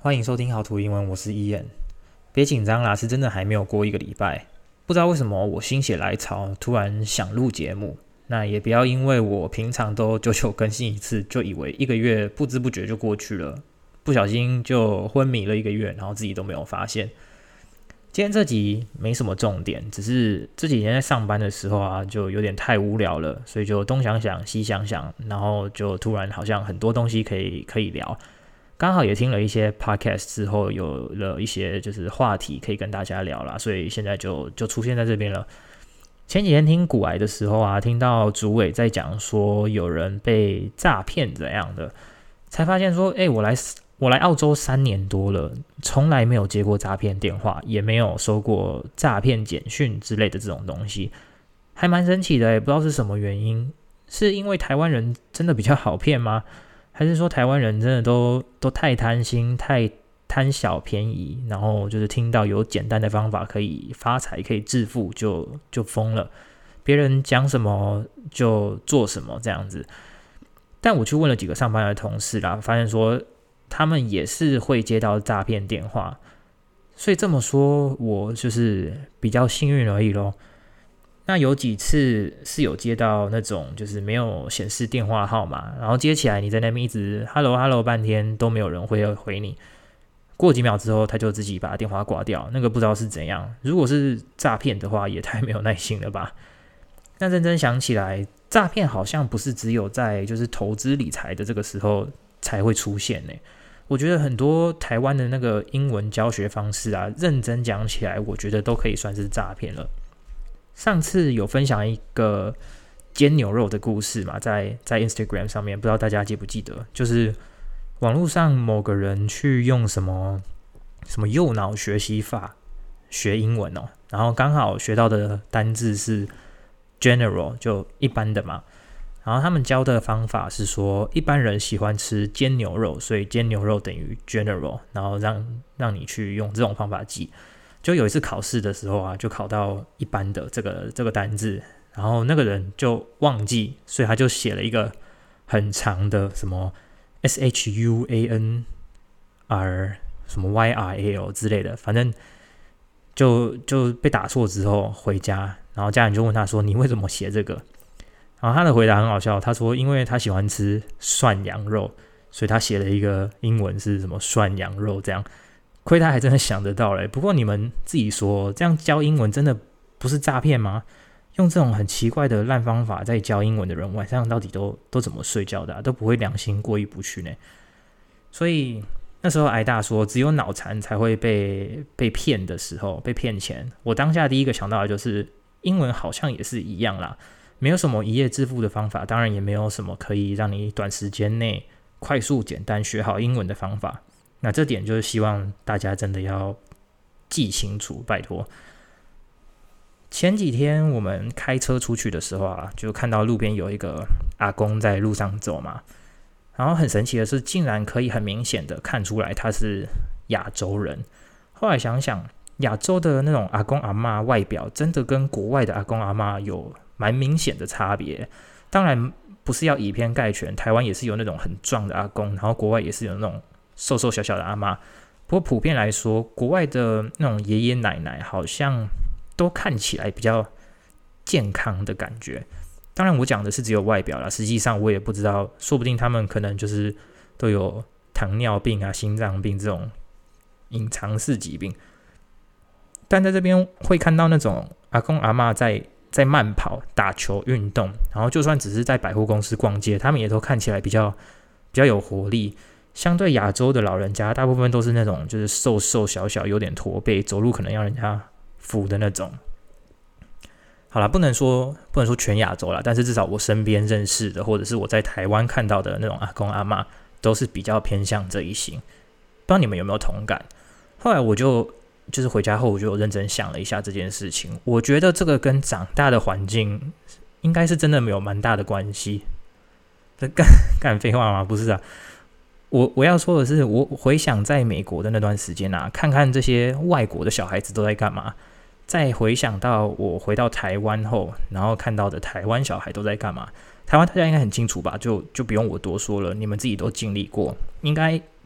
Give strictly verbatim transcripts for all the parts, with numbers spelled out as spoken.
欢迎收听好图英文，我是伊恩。别紧张啦，是真的还没有过一个礼拜。不知道为什么我心血来潮，突然想录节目。那也不要因为我平常都久久更新一次，就以为一个月不知不觉就过去了，不小心就昏迷了一个月，然后自己都没有发现。今天这集没什么重点，只是这几天在上班的时候啊，就有点太无聊了，所以就东想想西想想，然后就突然好像很多东西可以可以聊。刚好也听了一些 podcast 之后，有了一些就是话题可以跟大家聊啦，所以现在就就出现在这边了。前几天听股癌的时候啊，听到主委在讲说有人被诈骗怎样的，才发现说，哎、欸，我来我来澳洲三年多了，从来没有接过诈骗电话，也没有收过诈骗简讯之类的这种东西，还蛮神奇的，也不知道是什么原因，是因为台湾人真的比较好骗吗？还是说台湾人真的都都太贪心，太贪小便宜，然后就是听到有简单的方法可以发财，可以致富，就就疯了，别人讲什么就做什么这样子。但我去问了几个上班的同事啦，发现说他们也是会接到诈骗电话，所以这么说，我就是比较幸运而已咯。那有几次是有接到那种就是没有显示电话号码，然后接起来你在那边一直 hello hello 半天都没有人会回你，过几秒之后他就自己把电话挂掉，那个不知道是怎样。如果是诈骗的话，也太没有耐心了吧。那认真想起来，诈骗好像不是只有在就是投资理财的这个时候才会出现耶。我觉得很多台湾的那个英文教学方式啊，认真讲起来，我觉得都可以算是诈骗了。上次有分享一个煎牛肉的故事嘛，在在 Instagram 上面，不知道大家记不记得？就是网络上某个人去用什么什么右脑学习法学英文哦，然后刚好学到的单字是 general， 就一般的嘛。然后他们教的方法是说，一般人喜欢吃煎牛肉，所以煎牛肉等于 general， 然后让让你去用这种方法记。就有一次考试的时候啊，就考到一般的这个这个单字，然后那个人就忘记，所以他就写了一个很长的什么 S H U A N R 什么 Y R A L 之类的，反正就就被打错之后回家，然后家人就问他说：“你为什么写这个？”然后他的回答很好笑，他说：“因为他喜欢吃涮羊肉，所以他写了一个英文是什么涮羊肉这样。”亏他还真的想得到嘞。不过你们自己说，这样教英文真的不是诈骗吗？用这种很奇怪的烂方法在教英文的人，晚上到底都都怎么睡觉的啊？都不会良心过意不去呢。所以那时候挨大说，只有脑残才会被被骗的时候，被骗钱。我当下第一个想到的就是，英文好像也是一样啦，没有什么一夜致富的方法，当然也没有什么可以让你短时间内快速简单学好英文的方法。那这点就是希望大家真的要记清楚，拜托。前几天我们开车出去的时候啊，就看到路边有一个阿公在路上走嘛，然后很神奇的是，竟然可以很明显的看出来他是亚洲人。后来想想，亚洲的那种阿公阿嬷外表真的跟国外的阿公阿嬷有蛮明显的差别。当然不是要以偏概全，台湾也是有那种很壮的阿公，然后国外也是有那种瘦瘦小小的阿嬷，不过普遍来说，国外的那种爷爷奶奶好像都看起来比较健康的感觉。当然我讲的是只有外表啦，实际上我也不知道，说不定他们可能就是都有糖尿病啊、心脏病这种隐藏式疾病。但在这边会看到那种阿公阿嬷在在慢跑、打球、运动，然后就算只是在百货公司逛街，他们也都看起来比较比较有活力。相对亚洲的老人家，大部分都是那种就是瘦瘦小小，有点驼背，走路可能要人家扶的那种。好啦，不能说不能说全亚洲啦，但是至少我身边认识的，或者是我在台湾看到的那种阿公阿嬷，都是比较偏向这一型。不知道你们有没有同感？后来我就就是回家后，我就认真想了一下这件事情，我觉得这个跟长大的环境应该是真的没有蛮大的关系。这干干废话吗？不是啊。我我要说的是，我回想在美国的那段时间啊，看看这些外国的小孩子都在干嘛，再回想到我回到台湾后，然后看到的台湾小孩都在干嘛。台湾大家应该很清楚吧，就就不用我多说了，你们自己都经历过，应该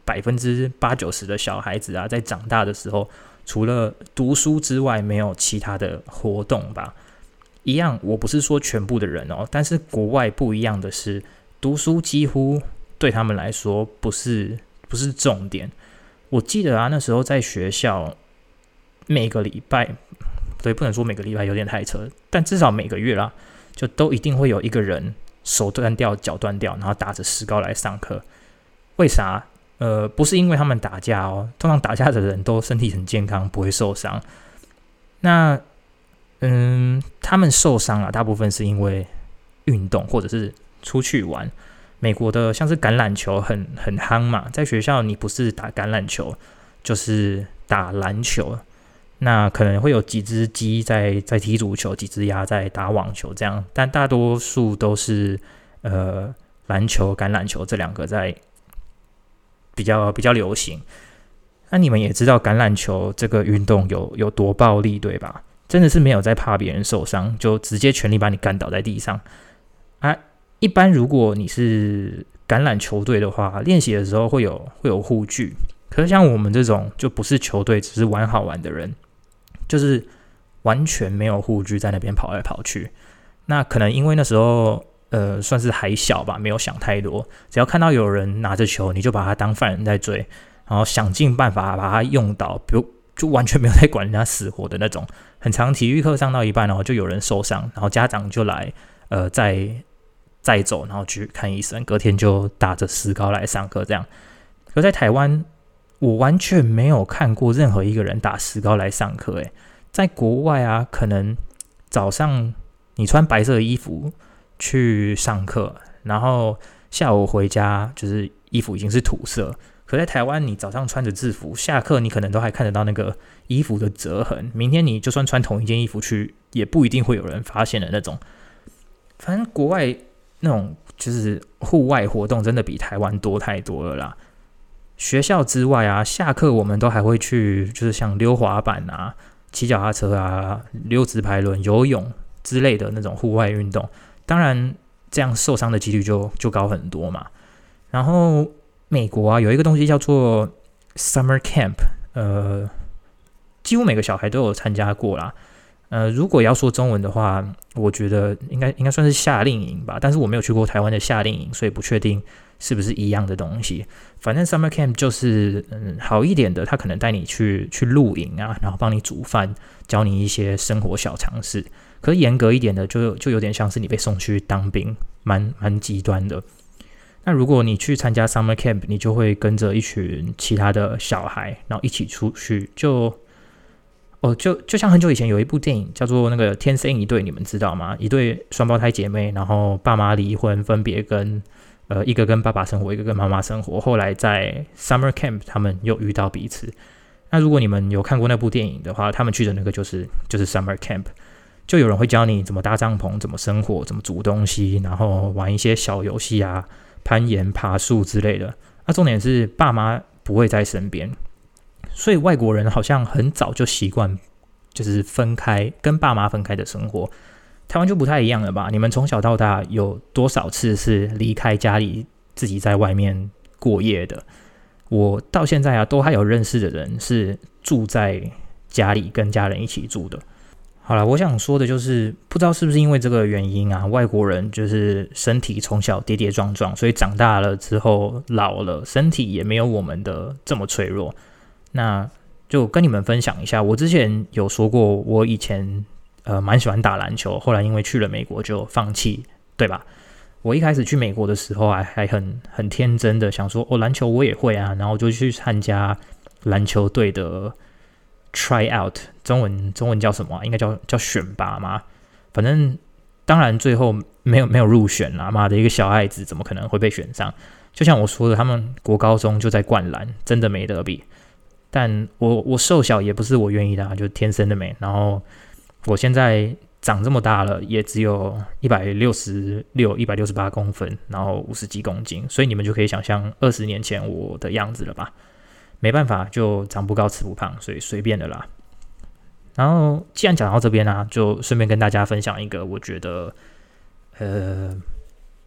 百分之八九十的小孩子啊，在长大的时候，除了读书之外，没有其他的活动吧。一样，我不是说全部的人哦，但是国外不一样的是，读书几乎对他们来说不是不是重点。我记得啊，那时候在学校，每个礼拜，对，不能说每个礼拜有点太扯，但至少每个月啦，就都一定会有一个人手断掉、脚断掉，然后打着石膏来上课。为啥？呃，不是因为他们打架哦，通常打架的人都身体很健康，不会受伤。那，嗯，他们受伤啊，大部分是因为运动或者是出去玩。美国的像是橄榄球很很夯嘛，在学校你不是打橄榄球，就是打篮球。那可能会有几只鸡在在踢足球，几只鸭在打网球这样，但大多数都是呃篮球、橄榄球这两个在比较比较流行。那你们也知道橄榄球这个运动有有多暴力，对吧？真的是没有在怕别人受伤，就直接全力把你干倒在地上啊。一般如果你是橄榄球队的话，练习的时候会有会有护具，可是像我们这种就不是球队，只是玩好玩的人，就是完全没有护具在那边跑来跑去。那可能因为那时候呃算是还小吧，没有想太多，只要看到有人拿着球，你就把他当犯人在追，然后想尽办法把他用倒，比如就完全没有在管人家死活的那种。很常体育课上到一半，然后就有人受伤，然后家长就来呃再再走，然后去看医生，隔天就打着石膏来上课这样。可在台湾，我完全没有看过任何一个人打石膏来上课。诶，在国外啊，可能早上你穿白色的衣服去上课，然后下午回家就是衣服已经是土色。可在台湾，你早上穿着制服，下课你可能都还看得到那个衣服的折痕。明天你就算穿同一件衣服去，也不一定会有人发现的那种。反正国外那种就是户外活动真的比台湾多太多了啦。学校之外啊，下课我们都还会去，就是像溜滑板啊、骑脚踏车啊、溜直排轮、游泳之类的那种户外运动。当然，这样受伤的几率就就高很多嘛。然后美国啊，有一个东西叫做 Summer Camp， 呃，几乎每个小孩都有参加过啦。呃，如果要说中文的话，我觉得应该应该算是夏令营吧，但是我没有去过台湾的夏令营，所以不确定是不是一样的东西。反正 Summer Camp 就是嗯好一点的，他可能带你去去露营啊，然后帮你煮饭，教你一些生活小常识。可是严格一点的就，就就有点像是你被送去当兵，蛮蛮极端的。那如果你去参加 Summer Camp， 你就会跟着一群其他的小孩，然后一起出去，就哦，就就像很久以前有一部电影叫做那个《天生一对》，你们知道吗？一对双胞胎姐妹，然后爸妈离婚，分别跟呃一个跟爸爸生活，一个跟妈妈生活，后来在 Summer Camp 他们又遇到彼此。那如果你们有看过那部电影的话，他们去的那个就是就是 Summer Camp。就有人会教你怎么搭帐篷，怎么生活，怎么煮东西，然后玩一些小游戏啊，攀岩、爬树之类的。那重点是爸妈不会在身边，所以外国人好像很早就习惯就是分开，跟爸妈分开的生活。台湾就不太一样了吧？你们从小到大有多少次是离开家里自己在外面过夜的？我到现在啊，都还有认识的人是住在家里跟家人一起住的。好啦，我想说的就是，不知道是不是因为这个原因啊，外国人就是身体从小跌跌撞撞，所以长大了之后老了，身体也没有我们的这么脆弱。那就跟你们分享一下，我之前有说过，我以前呃蛮喜欢打篮球，后来因为去了美国就放弃，对吧？我一开始去美国的时候啊，还很很天真的想说，哦，篮球我也会啊，然后就去参加篮球队的 try out， 中文中文叫什么啊？应该叫叫选拔嘛。反正当然最后没有没有入选啦，妈的一个小孩子怎么可能会被选上？就像我说的，他们国高中就在灌篮，真的没得比。但我我瘦小也不是我愿意的啊，就天生的美。然后我现在长这么大了，也只有一百六十六、一百六十八公分，然后五十几公斤，所以你们就可以想象二十年前我的样子了吧？没办法，就长不高吃不胖，所以随便的啦。然后既然讲到这边啊，就顺便跟大家分享一个我觉得呃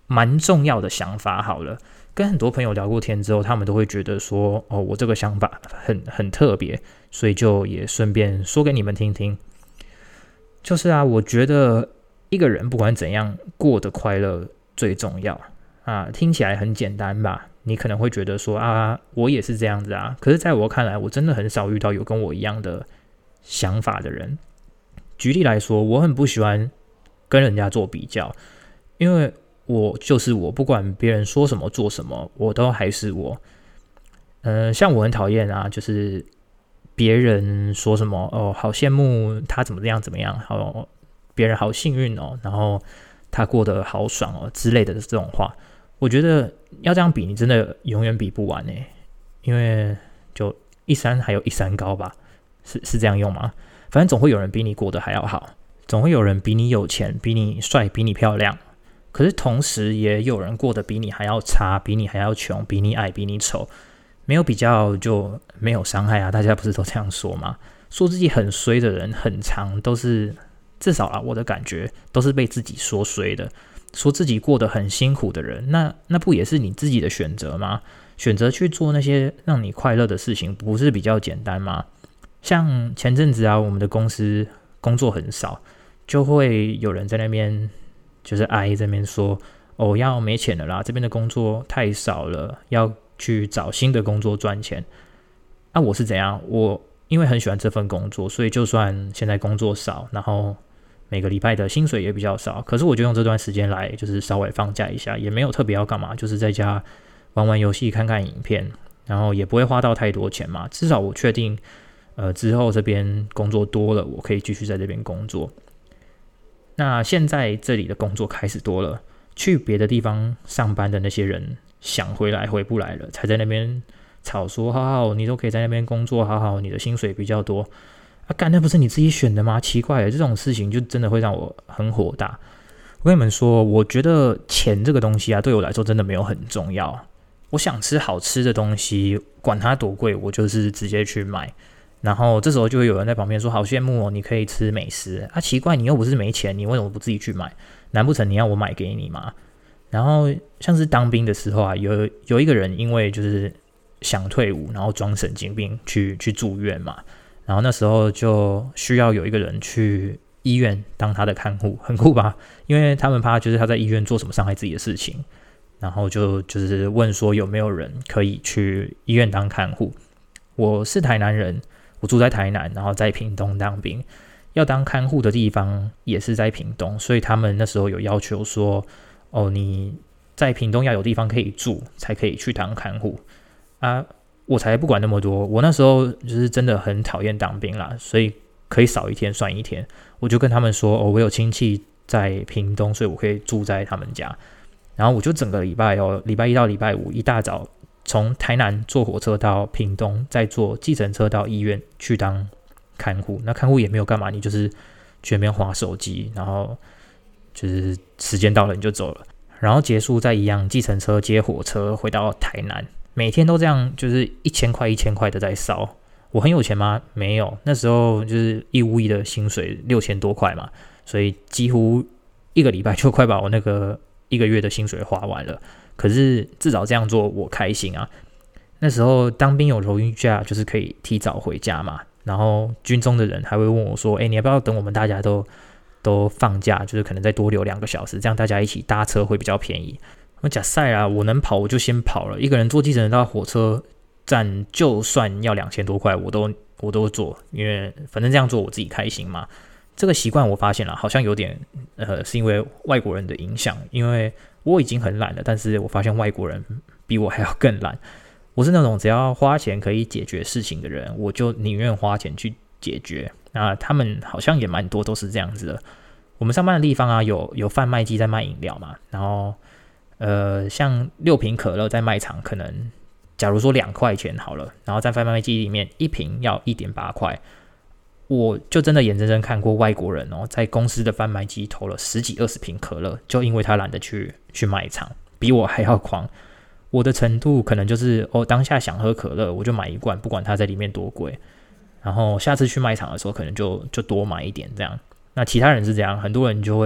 蛮重要的想法好了。跟很多朋友聊过天之后，他们都会觉得说，哦，我这个想法很很特别，所以就也顺便说给你们听听。就是啊，我觉得一个人不管怎样过得快乐最重要啊。听起来很简单吧？你可能会觉得说啊，我也是这样子啊。可是在我看来，我真的很少遇到有跟我一样的想法的人。举例来说，我很不喜欢跟人家做比较，因为我就是我，不管别人说什么做什么，我都还是我。嗯、呃，像我很讨厌啊，就是别人说什么哦，好羡慕他怎么样怎么样，好，别人好幸运哦，然后他过得好爽哦之类的这种话，我觉得要这样比，你真的永远比不完欸，因为就一山还有一山高吧，是是这样用吗？反正总会有人比你过得还要好，总会有人比你有钱，比你帅，比你漂亮。可是同时也有人过得比你还要差，比你还要穷，比你矮，比你丑。没有比较就没有伤害啊，大家不是都这样说吗？说自己很衰的人很常都是，至少啊我的感觉都是被自己说衰的。说自己过得很辛苦的人，那那不也是你自己的选择吗？选择去做那些让你快乐的事情，不是比较简单吗？像前阵子啊，我们的公司工作很少，就会有人在那边就是哀在那边说，哦，要没钱了啦，这边的工作太少了，要去找新的工作赚钱。啊，我是怎样？我因为很喜欢这份工作，所以就算现在工作少，然后每个礼拜的薪水也比较少，可是我就用这段时间来就是稍微放假一下，也没有特别要干嘛，就是在家玩玩游戏、看看影片，然后也不会花到太多钱嘛。至少我确定，呃，之后这边工作多了，我可以继续在这边工作。那现在这里的工作开始多了，去别的地方上班的那些人想回来回不来了，才在那边吵说，好好，你都可以在那边工作，好好，你的薪水比较多。啊，干，那不是你自己选的吗？奇怪了，这种事情就真的会让我很火大。我跟你们说，我觉得钱这个东西啊，对我来说真的没有很重要。我想吃好吃的东西，管它多贵，我就是直接去买。然后这时候就会有人在旁边说，好羡慕哦，你可以吃美食啊。奇怪，你又不是没钱，你为什么不自己去买？难不成你要我买给你吗？然后像是当兵的时候啊，有有一个人因为就是想退伍，然后装神经病去去住院嘛。然后那时候就需要有一个人去医院当他的看护，很酷吧？因为他们怕就是他在医院做什么伤害自己的事情，然后就就是问说有没有人可以去医院当看护。我是台南人，我住在台南，然后在屏东当兵，要当看护的地方也是在屏东，所以他们那时候有要求说，哦，你在屏东要有地方可以住，才可以去当看护啊。我才不管那么多，我那时候就是真的很讨厌当兵啦，所以可以少一天算一天。我就跟他们说，哦，我有亲戚在屏东，所以我可以住在他们家。然后我就整个礼拜哦，礼拜一到礼拜五一大早从台南坐火车到屏东，再坐计程车到医院去当看护。那看护也没有干嘛，你就是去那边滑手机，然后就是时间到了你就走了，然后结束再一样计程车接火车回到台南。每天都这样，就是一千块一千块的在烧。我很有钱吗？没有，那时候就是义务役的薪水六千多块嘛，所以几乎一个礼拜就快把我那个一个月的薪水花完了。可是至少这样做我开心啊。那时候当兵有荣誉假，就是可以提早回家嘛。然后军中的人还会问我说：“哎、欸，你要不要等我们大家都都放假，就是可能再多留两个小时，这样大家一起搭车会比较便宜。”我假赛啦，我能跑我就先跑了。一个人坐计程车到火车站，就算要两千多块，我都我都做，因为反正这样做我自己开心嘛。这个习惯我发现了，好像有点呃，是因为外国人的影响。因为我已经很懒了，但是我发现外国人比我还要更懒。我是那种只要花钱可以解决事情的人，我就宁愿花钱去解决。那他们好像也蛮多都是这样子的。我们上班的地方啊，有有贩卖机在卖饮料嘛，然后。呃，像六瓶可乐在卖场可能，假如说两块钱好了，然后在贩卖机里面一瓶要一点八块，我就真的眼睁睁看过外国人哦，在公司的贩卖机投了十几二十瓶可乐，就因为他懒得去去卖场，比我还要狂。我的程度可能就是哦，当下想喝可乐，我就买一罐，不管它在里面多贵，然后下次去卖场的时候可能就就多买一点这样。那其他人是这样，很多人就会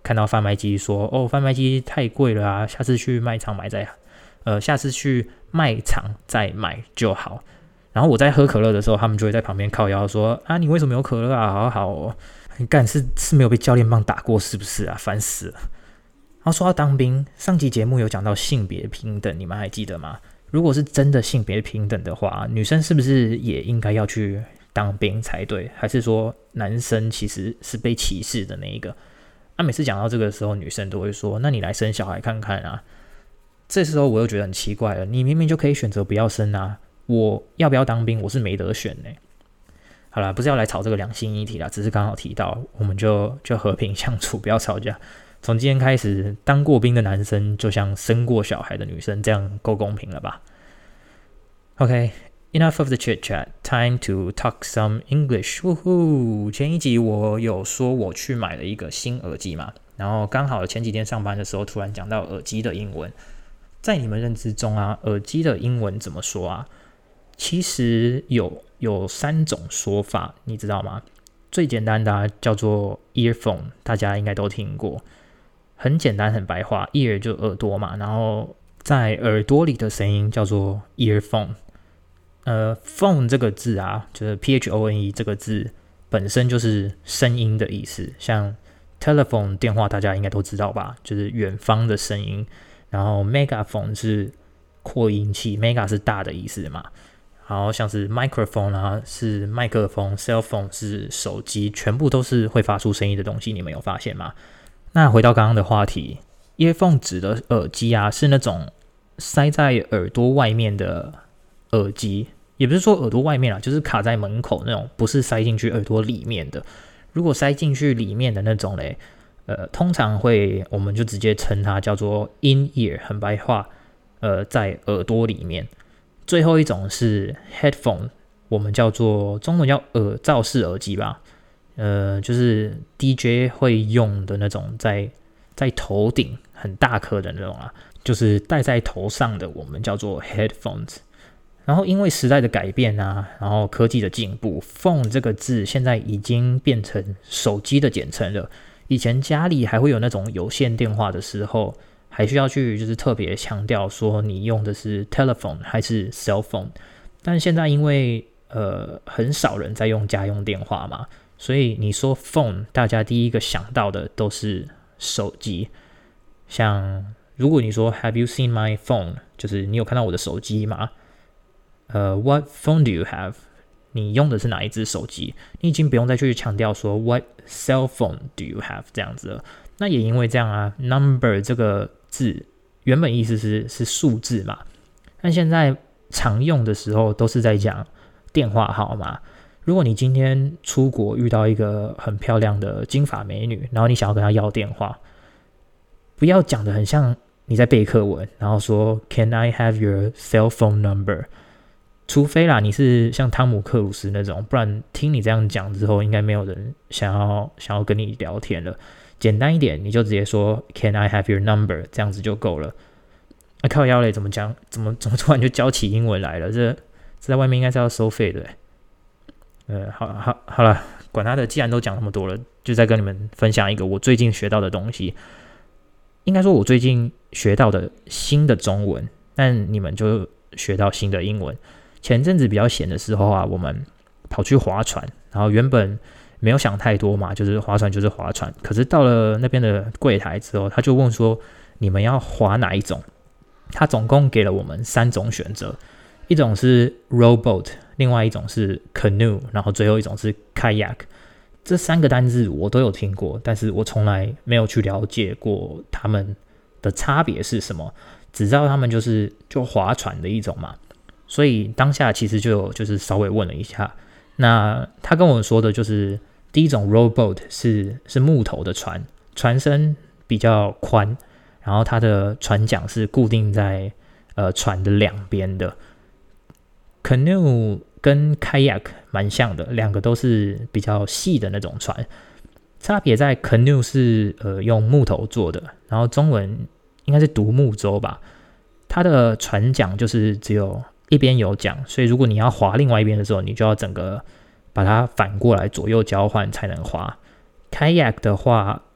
看到贩卖机说哦贩卖机太贵了啊，下次去卖场买再呃下次去卖场再买就好。然后我在喝可乐的时候，他们就会在旁边靠腰说啊你为什么有可乐啊，好好哦，你干是是没有被教练棒打过是不是啊，烦死了。然后说到当兵，上集节目有讲到性别平等，你们还记得吗？如果是真的性别平等的话，女生是不是也应该要去当兵才对？还是说男生其实是被歧视的那一个？啊，每次讲到这个时候，女生都会说：“那你来生小孩看看啊。”这时候我又觉得很奇怪了，你明明就可以选择不要生啊，我要不要当兵，我是没得选呢、欸。好啦，不是要来吵这个两性议题啦，只是刚好提到，我们就就和平相处，不要吵架。从今天开始，当过兵的男生就像生过小孩的女生，这样够公平了吧 ？OK， enough of the chit chat, time to talk some English. 呼呼，前一集我有说我去买了一个新耳机嘛，然后刚好前几天上班的时候，突然讲到耳机的英文。在你们认知中啊，耳机的英文怎么说啊？其实有有三种说法，你知道吗？最简单的、啊、叫做 earphone， 大家应该都听过。很简单很白话 ear 就耳朵嘛，然后在耳朵里的声音叫做 earphone。呃 phone 这个字啊，就是 P H O N E 这个字本身就是声音的意思，像 telephone 电话大家应该都知道吧，就是远方的声音，然后 megaphone 是扩音器， mega 是大的意思嘛，然后像是 microphone 啊是麦克风， cell phone 是手机，全部都是会发出声音的东西，你们有发现吗？那回到刚刚的话题 earphone 指的耳机啊，是那种塞在耳朵外面的耳机，也不是说耳朵外面啦，就是卡在门口那种，不是塞进去耳朵里面的。如果塞进去里面的那种嘞，呃，通常会我们就直接称它叫做 in ear， 很白话，呃，在耳朵里面。最后一种是 headphone， 我们叫做中文叫耳罩式耳机吧。呃，就是 D J 会用的那种在，在头顶很大颗的那种啊，就是戴在头上的，我们叫做 headphones。然后因为时代的改变啊，然后科技的进步 ，phone 这个字现在已经变成手机的简称了。以前家里还会有那种有线电话的时候，还需要去就是特别强调说你用的是 telephone 还是 cell phone。但现在因为呃很少人在用家用电话嘛。所以你说 phone， 大家第一个想到的都是手机。像如果你说 Have you seen my phone， 就是你有看到我的手机吗？呃 What phone do you have？ 你用的是哪一只手机？你已经不用再去强调说 What cell phone do you have 这样子了。那也因为这样啊 ，number 这个字原本意思是是数字嘛，但现在常用的时候都是在讲电话号码。如果你今天出国遇到一个很漂亮的金发美女，然后你想要跟她要电话，不要讲得很像你在背课文，然后说 Can I have your cell phone number？ 除非啦你是像汤姆克鲁斯那种，不然听你这样讲之后，应该没有人想要想要跟你聊天了。简单一点，你就直接说 Can I have your number？ 这样子就够了。啊靠腰嘞，怎么讲？怎么怎么突然就教起英文来了？这这在外面应该是要收费的欸。呃，好好好了，管他的，既然都讲那么多了，就再跟你们分享一个我最近学到的东西。应该说，我最近学到的新的中文，但你们就学到新的英文。前阵子比较闲的时候啊，我们跑去划船，然后原本没有想太多嘛，就是划船就是划船。可是到了那边的柜台之后，他就问说：“你们要划哪一种？”他总共给了我们三种选择。一种是 rowboat， 另外一种是 canoe， 然后最后一种是 kayak。 这三个单字我都有听过，但是我从来没有去了解过他们的差别是什么，只知道他们就是就划船的一种嘛。所以当下其实就有就是稍微问了一下，那他跟我说的就是第一种 rowboat 是是木头的船，船身比较宽，然后它的船桨是固定在呃船的两边的。Canoe 跟 Kayak 蛮像的，两个都是比较细的那种船，差别在 Canoe 是呃用木头做的，然后中文应该是独木舟吧，它的船桨就是只有一边有桨，所以如果你要划另外一边的时候，你就要整个把它反过来左右交换才能划。Kayak 的话，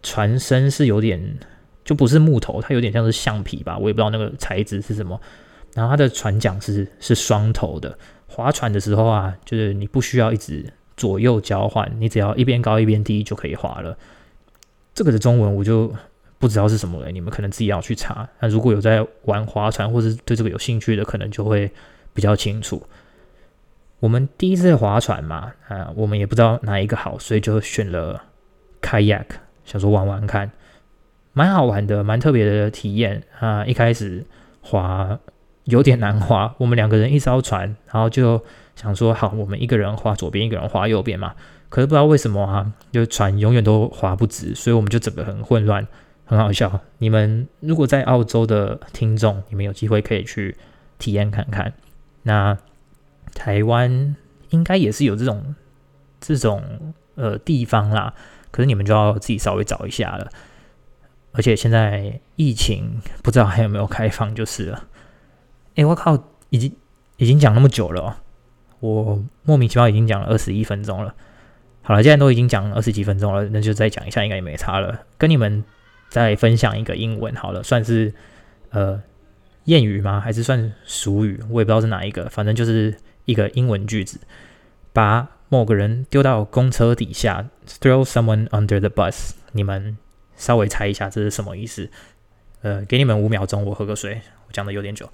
船身是有点就不是木头，它有点像是橡皮吧，我也不知道那个材质是什么。然后它的船桨是是双头的，划船的时候啊，就是你不需要一直左右交换，你只要一边高一边低就可以划了。这个的中文我就不知道是什么了，你们可能自己要去查。那如果有在玩划船或是对这个有兴趣的，可能就会比较清楚。我们第一次划船嘛，啊，我们也不知道哪一个好，所以就选了 kayak， 想说玩玩看，蛮好玩的，蛮特别的体验啊。一开始划有点难划，我们两个人一艘船，然后就想说好，我们一个人划左边，一个人划右边嘛。可是不知道为什么啊，就船永远都划不直，所以我们就整个很混乱，很好笑。你们如果在澳洲的听众，你们有机会可以去体验看看。那台湾应该也是有这种这种呃地方啦，可是你们就要自己稍微找一下了。而且现在疫情不知道还有没有开放就是了。哎，我靠，已经已经讲那么久了哦，我莫名其妙已经讲了二十一分钟了。好了，既然都已经讲二十几分钟了，那就再讲一下，应该也没差了。跟你们再分享一个英文好了，算是呃谚语吗？还是算俗语？我也不知道是哪一个，反正就是一个英文句子，把某个人丢到公车底下 ，throw someone under the bus。你们稍微猜一下这是什么意思？呃，给你们五秒钟，我喝个水，我讲的有点久。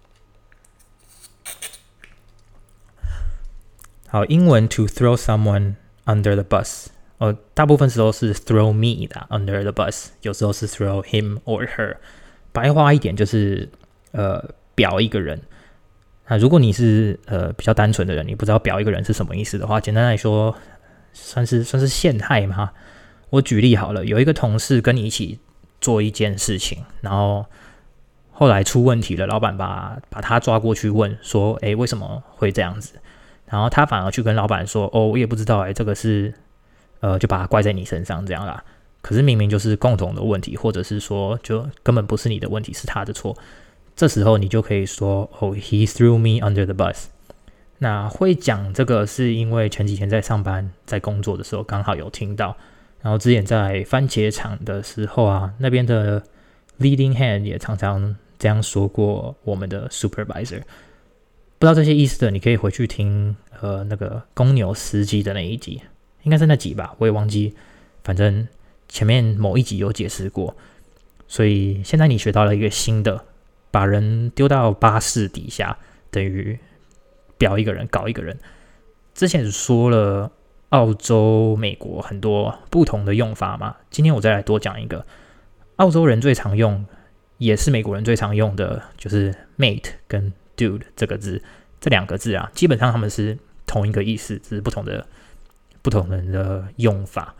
好，英文 to throw someone under the bus， 呃，大部分时候是 throw me 的 under the bus， 有时候是 throw him or her。白话一点就是呃表一个人。那如果你是呃比较单纯的人，你不知道表一个人是什么意思的话，简单来说，算是算是陷害嘛。我举例好了，有一个同事跟你一起做一件事情，然后后来出问题了，老板把把他抓过去问说，哎，为什么会这样子？然后他反而去跟老板说，哦，我也不知道，哎，这个是呃就把它怪在你身上这样啦。可是明明就是共同的问题，或者是说就根本不是你的问题，是他的错。这时候你就可以说，哦 ，he threw me under the bus。那会讲这个是因为前几天在上班在工作的时候刚好有听到，然后之前在番茄厂的时候啊，那边的 leading hand 也常常这样说过我们的 supervisor。不知道这些意思的，你可以回去听呃那个公牛司机的那一集，应该是那集吧，我也忘记，反正前面某一集有解释过。所以现在你学到了一个新的，把人丢到巴士底下，等于表一个人，搞一个人。之前说了澳洲、美国很多不同的用法嘛，今天我再来多讲一个。澳洲人最常用，也是美国人最常用的，就是 mate 跟 dude 这个字，这两个字啊，基本上他们是同一个意思，只是不同的不同人的用法，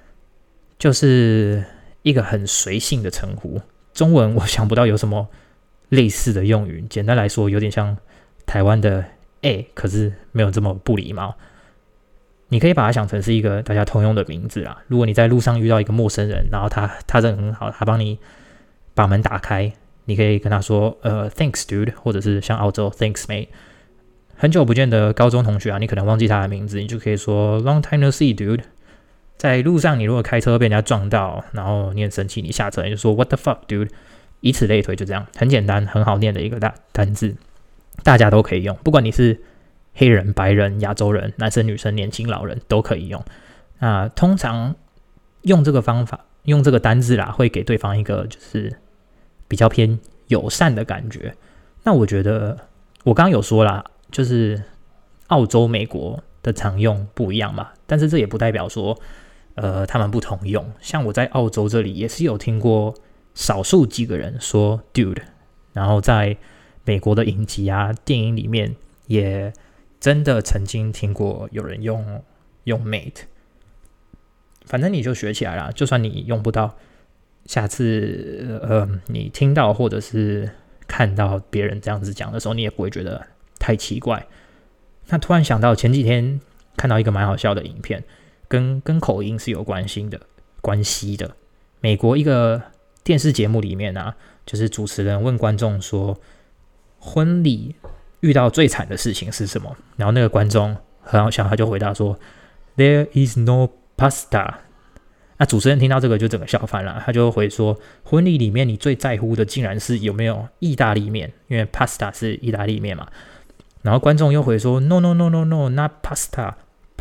就是一个很随性的称呼。中文我想不到有什么类似的用语，简单来说，有点像台湾的“欸”，可是没有这么不礼貌。你可以把它想成是一个大家通用的名字啦。如果你在路上遇到一个陌生人，然后他他人很好，他帮你把门打开，你可以跟他说呃 ，thanks dude， 或者是像澳洲 thanks mate。很久不见的高中同学啊，你可能忘记他的名字，你就可以说 long time no see dude。在路上，你如果开车被人家撞到，然后你很生气，你下车你就说 what the fuck dude。以此类推，就这样，很简单，很好念的一个单字，大家都可以用，不管你是黑人、白人、亚洲人、男生、女生、年轻、老人都可以用。那通常用这个方法，用这个单字啦，会给对方一个就是比较偏友善的感觉。那我觉得我刚刚有说啦，就是澳洲、美国的常用不一样嘛，但是这也不代表说呃他们不同用。像我在澳洲这里也是有听过少数几个人说 dude， 然后在美国的影集啊、电影里面也真的曾经听过有人用用 mate。反正你就学起来啦，就算你用不到，下次呃你听到或者是看到别人这样子讲的时候，你也不会觉得太奇怪。那突然想到前几天看到一个蛮好笑的影片，跟跟口音是有关系的，关系的。美国一个电视节目里面啊，就是主持人问观众说，婚礼遇到最惨的事情是什么？然后那个观众很好笑，他就回答说 ，There is no pasta。 那主持人听到这个就整个笑翻了，他就回说，婚礼里面你最在乎的竟然是有没有意大利面，因为 pasta 是意大利面嘛。然后观众又回说 no no no no no not pasta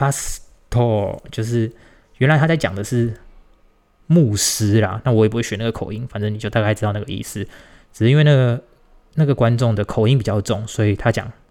pasto， 就是原来他在讲的是牧师啦。那我也不会学那个口音，反正你就大概知道那个意思。只是因为那个那个观众的口音比较重，所以他讲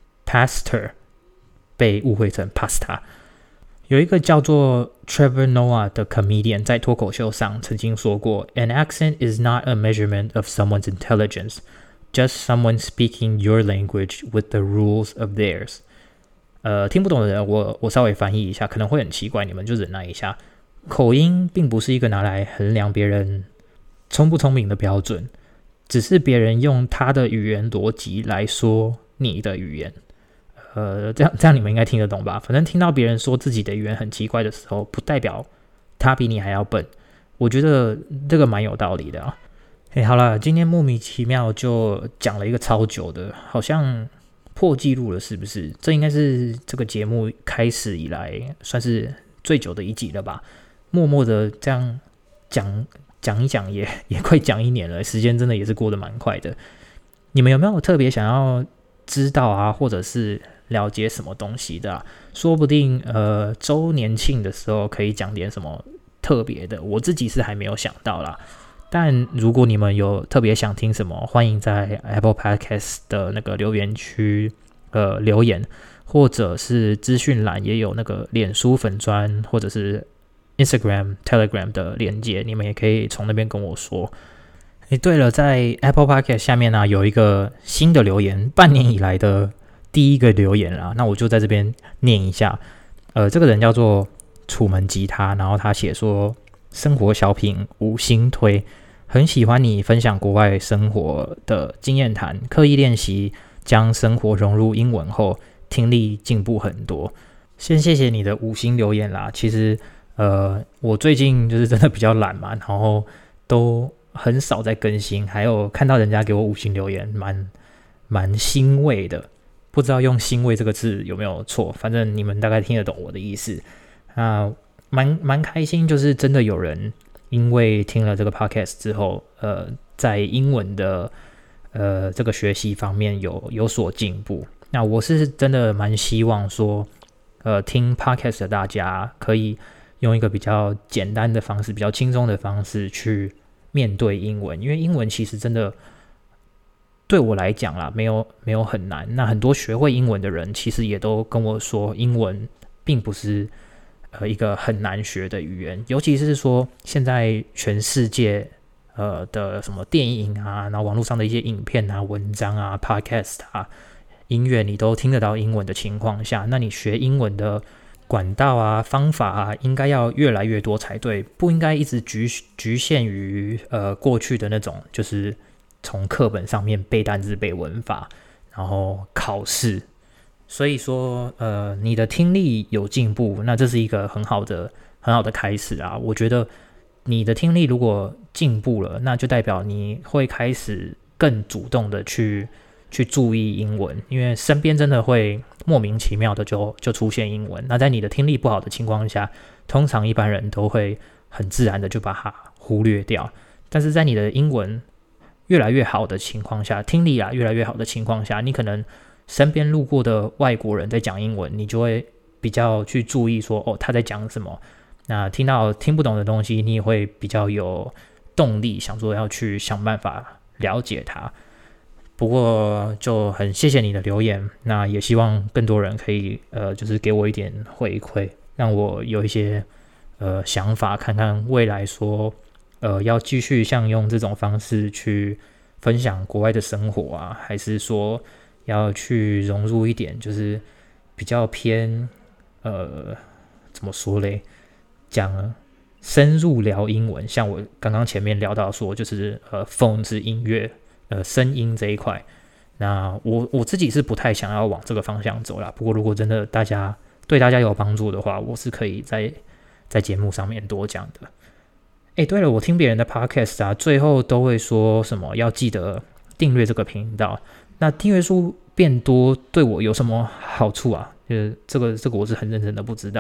pastor 被误会成 pasta。有一个叫做 Trevor Noah 的 comedian 在脱口秀上曾经说过 An accent is not a measurement of someone's intelligence, just someone speaking your language with the rules of theirs。 呃，听不懂的人我我稍微翻译一下，可能会很奇怪，你们就忍耐一下。口音并不是一个拿来衡量别人聪不聪明的标准，只是别人用他的语言逻辑来说你的语言。呃，这样这样你们应该听得懂吧？反正听到别人说自己的语言很奇怪的时候，不代表他比你还要笨。我觉得这个蛮有道理的啊。哎，好了，今天莫名其妙就讲了一个超久的，好像破纪录了，是不是？这应该是这个节目开始以来算是最久的一集了吧？默默的这样讲讲一讲也也快讲一年了，时间真的也是过得蛮快的。你们有没有特别想要知道啊，或者是了解什么东西的啊？说不定呃周年庆的时候可以讲点什么特别的，我自己是还没有想到啦。但如果你们有特别想听什么，欢迎在 Apple Podcast 的那个留言区呃留言，或者是资讯栏也有那个脸书粉专或者是 Instagram、Telegram 的连结，你们也可以从那边跟我说。诶，对了，在 Apple Podcast 下面呢、啊、有一个新的留言，半年以来的第一个留言啦，那我就在这边念一下。呃，这个人叫做楚门吉他，然后他写说，生活小品五星推，很喜欢你分享国外生活的经验谈，刻意练习将生活融入英文后，听力进步很多。先谢谢你的五星留言啦。其实呃，我最近就是真的比较懒嘛，然后都很少在更新，还有看到人家给我五星留言，蛮蛮欣慰的。不知道用欣慰这个字有没有错，反正你们大概听得懂我的意思。那蛮蛮开心，就是真的有人因为听了这个 podcast 之后，呃，在英文的呃这个学习方面有有所进步。那我是真的蛮希望说，呃，听 podcast 的大家可以用一个比较简单的方式，比较轻松的方式去面对英文，因为英文其实真的对我来讲啦，没有没有很难。那很多学会英文的人，其实也都跟我说，英文并不是呃一个很难学的语言，尤其是说现在全世界呃的什么电影啊，然后网络上的一些影片啊、文章啊、podcast 啊、音乐，你都听得到英文的情况下，那你学英文的管道啊、方法啊，应该要越来越多才对，不应该一直局局限于呃过去的那种，就是从课本上面背单字、背文法，然后考试。所以说，呃，你的听力有进步，那这是一个很好的、很好的开始啊。我觉得你的听力如果进步了，那就代表你会开始更主动的去去注意英文，因为身边真的会莫名其妙的就就出现英文。那在你的听力不好的情况下，通常一般人都会很自然的就把它忽略掉。但是在你的英文越来越好的情况下，听力啊越来越好的情况下，你可能身边路过的外国人在讲英文，你就会比较去注意说，哦，他在讲什么。那听到听不懂的东西，你也会比较有动力，想说要去想办法了解它。不过就很谢谢你的留言，那也希望更多人可以呃，就是给我一点回馈，让我有一些呃想法，看看未来说呃要继续像用这种方式去分享国外的生活啊，还是说要去融入一点就是比较偏呃怎么说嘞，讲深入聊英文，像我刚刚前面聊到说就是呃 phone 是音乐呃声音这一块，那我我自己是不太想要往这个方向走啦。不过如果真的大家对大家有帮助的话，我是可以在在节目上面多讲的。哎，对了，我听别人的 podcast 啊，最后都会说什么要记得订阅这个频道。那订阅数变多对我有什么好处啊？就是这个这个我是很认真的不知道，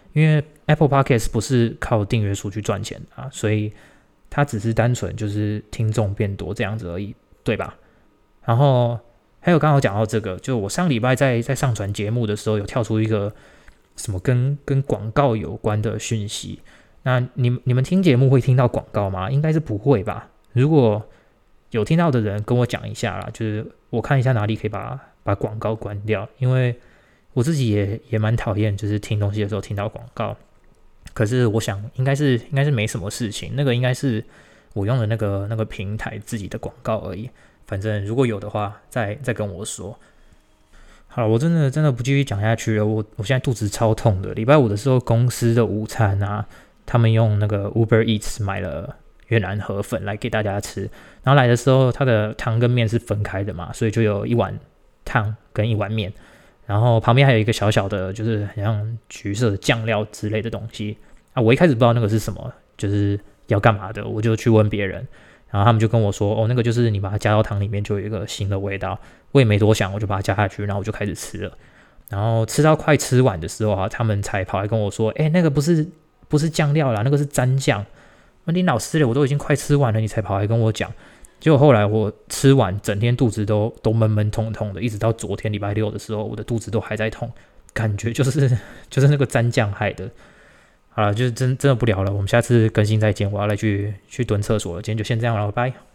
因为 Apple Podcast 不是靠订阅数去赚钱的啊，所以它只是单纯就是听众变多这样子而已，对吧？然后还有刚好讲到这个，就我上礼拜在在上传节目的时候，有跳出一个什么跟跟广告有关的讯息。那你你们听节目会听到广告吗？应该是不会吧？如果有听到的人跟我讲一下啦，就是我看一下哪里可以把把广告关掉，因为我自己也也蛮讨厌，就是听东西的时候听到广告。可是我想应该是应该是没什么事情，那个应该是我用的那个那个平台自己的广告而已。反正如果有的话，再再跟我说。好了，我真的真的不继续讲下去了。我我现在肚子超痛的。礼拜五的时候，公司的午餐啊，他们用那个 Uber Eats 买了越南河粉来给大家吃。然后来的时候，它的汤跟面是分开的嘛，所以就有一碗汤跟一碗面，然后旁边还有一个小小的，就是很像橘色的酱料之类的东西啊。我一开始不知道那个是什么，就是要干嘛的，我就去问别人，然后他们就跟我说，哦，那个就是你把它加到汤里面，就有一个新的味道。我也没多想，我就把它加下去，然后我就开始吃了。然后吃到快吃完的时候啊，他们才跑来跟我说，哎，那个不是不是酱料啦，那个是蘸酱。你老师嘞，我都已经快吃完了，你才跑来跟我讲。结果后来我吃完，整天肚子都都闷闷痛痛的，一直到昨天礼拜六的时候，我的肚子都还在痛，感觉就是就是那个蘸酱害的。好了，就是真真的不聊了，我们下次更新再见，我要来去去蹲厕所了，今天就先这样了，拜拜。